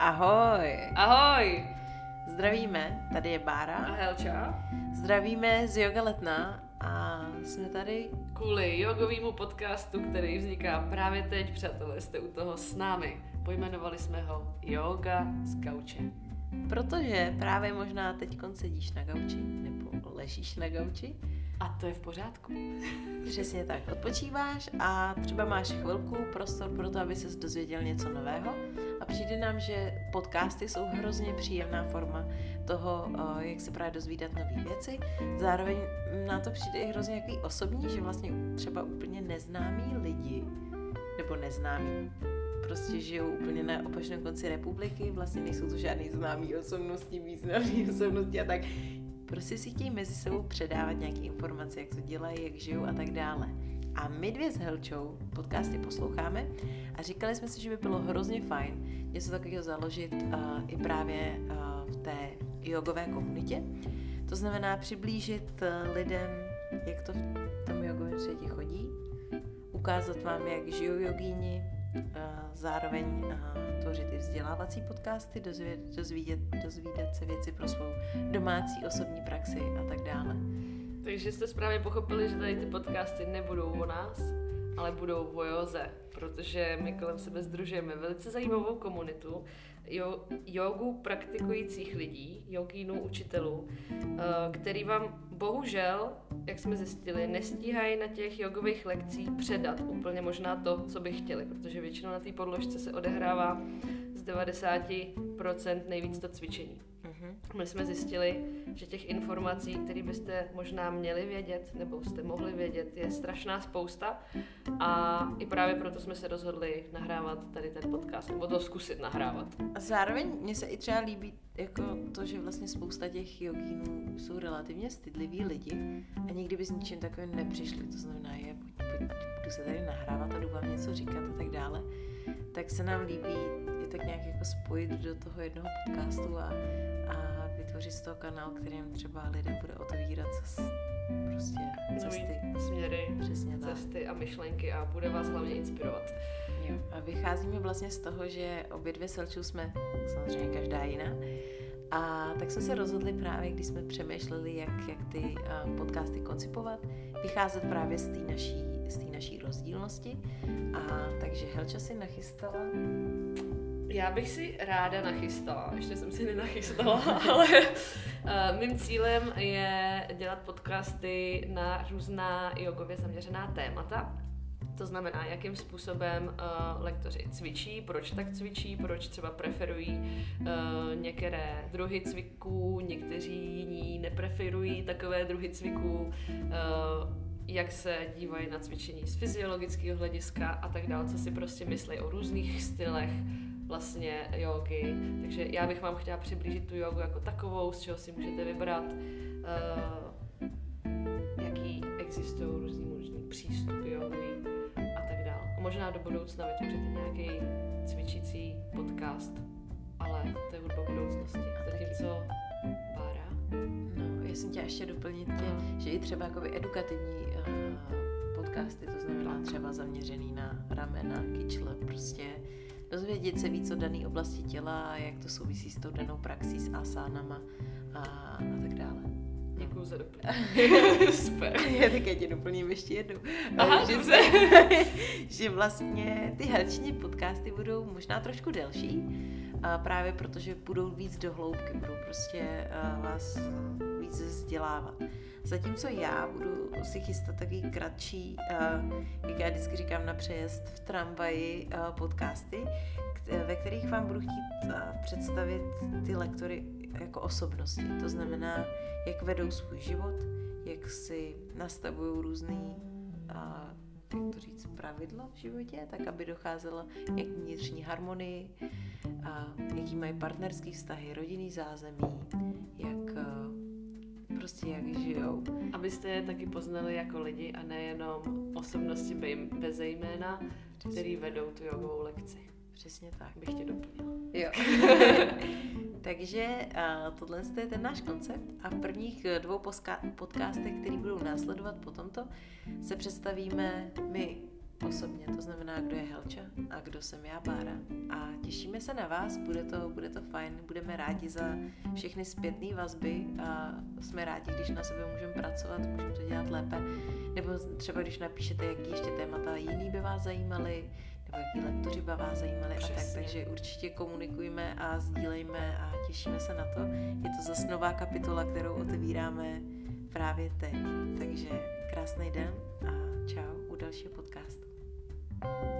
Ahoj! Ahoj! Zdravíme, tady je Bára. A Helča. Zdravíme z Yoga Letna a jsme tady Kvůli jogovému podcastu, který vzniká právě teď, přátelé, jste u toho s námi. Pojmenovali jsme ho Yoga z gauče. Protože právě možná teď sedíš na gauči nebo ležíš na gauči. A to je v pořádku. Přesně tak, odpočíváš a třeba máš chvilku, prostor pro to, aby ses dozvěděl něco nového a přijde nám, že podcasty jsou hrozně příjemná forma toho, jak se právě dozvídat nové věci. Zároveň na to přijde i hrozně jaký osobní, že vlastně třeba úplně neznámí lidi, nebo neznámí, prostě žijou úplně na opačném konci republiky, vlastně nejsou to žádný známý osobnosti, významný osobnosti a tak. Prostě si chtějí mezi sebou předávat nějaké informace, jak to dělají, jak žijou a tak dále. A my dvě s Helčou podcasty posloucháme a říkali jsme si, že by bylo hrozně fajn něco takového založit i právě v té jogové komunitě. To znamená přiblížit lidem, jak to v tom jogovém světě chodí, ukázat vám, jak žijou jogíni, zároveň tvořit i vzdělávací podcasty, dozvídat se věci pro svou domácí osobní praxi a tak dále. Takže jste správně pochopili, že tady ty podcasty nebudou o nás, ale budou o józe, protože my kolem sebe sdružujeme velice zajímavou komunitu jogu praktikujících lidí, jogínů, učitelů, který vám bohužel, jak jsme zjistili, nestíhají na těch jogových lekcích předat úplně možná to, co by chtěli, protože většinou na té podložce se odehrává z 90% nejvíc to cvičení. My jsme zjistili, že těch informací, které byste možná měli vědět, nebo jste mohli vědět, je strašná spousta a i právě proto jsme se rozhodli nahrávat tady ten podcast, nebo to zkusit nahrávat. A zároveň mně se i třeba líbí jako to, že vlastně spousta těch jogínů jsou relativně stydliví lidi a nikdy by s ničím takovým nepřišli, to znamená, budu se tady nahrávat a jdu vám něco říkat a tak dále, tak se nám líbí je tak nějak jako spojit do toho jednoho podcastu a vytvořit z toho kanál, kterým třeba lidem bude otevírat prostě cesty. Směry, přesně cesty a myšlenky a bude vás hlavně inspirovat. Jo. A vycházíme vlastně z toho, že obě dvě s Helčou jsme samozřejmě každá jiná. A tak jsme se rozhodli právě, když jsme přemýšleli, jak ty podcasty koncipovat, vycházet právě z té naší rozdílnosti. A takže Helča si nachystala. Já bych si ráda nachystala, ještě jsem si nenachystala, ale mým cílem je dělat podcasty na různá jogově zaměřená témata. To znamená, jakým způsobem lektoři cvičí, proč tak cvičí, proč třeba preferují některé druhy cviků, někteří jiní nepreferují takové druhy cviků, jak se dívají na cvičení z fyziologického hlediska a tak dále, co si prostě myslí o různých stylech vlastně jógy. Takže já bych vám chtěla přiblížit tu jogu jako takovou, z čeho si můžete vybrat, jaký existují různý přístupy jogový a tak dále. A možná do budoucna vytvořit nějaký cvičící podcast, ale to je hudba budoucnosti. Zatímco Bára? No, já jsem chtěla ještě doplnit že i třeba jakoby edukativní podcasty, to znamená třeba zaměřený na ramena, kyčle, prostě dozvědět se víc o dané oblasti těla a jak to souvisí s tou danou praxí, s asánama a tak dále. Děkuju za doplnění. Super. Já také tě doplním ještě jednou. Aha, že vlastně ty helčiní podcasty budou možná trošku delší, právě protože budou víc do hloubky, budou prostě vás víc vzdělávat. Zatímco já budu si chystat taky kratší, jak já vždycky říkám, na přejezd v tramvaji podcasty, ve kterých vám budu chtít představit ty lektory jako osobnosti. To znamená, jak vedou svůj život, jak si nastavují různý jak to říct, pravidla v životě, tak aby docházelo jak k vnitřní harmonii, jaký mají partnerský vztahy, rodinný zázemí, jak prostě jak žijou. Abyste je taky poznali jako lidi a nejenom osobnosti bez jména, který vedou tu jogovou lekci. Přesně tak. Bych tě doplnila. Jo. Takže tohle je ten náš koncept a v prvních 2 podcastech, které budou následovat po tomto, se představíme my osobně, to znamená, kdo je Helča a kdo jsem já, Bára. A těšíme se na vás, bude to fajn, budeme rádi za všechny zpětné vazby a jsme rádi, když na sebe můžeme pracovat, můžeme to dělat lépe, nebo třeba když napíšete, jaký ještě témata jiný by vás zajímaly, nebo jaký lektoři by vás zajímali a tak, takže určitě komunikujme a sdílejme a těšíme se na to. Je to zase nová kapitola, kterou otevíráme právě teď, takže krásný den a čau u dalšího podcastu.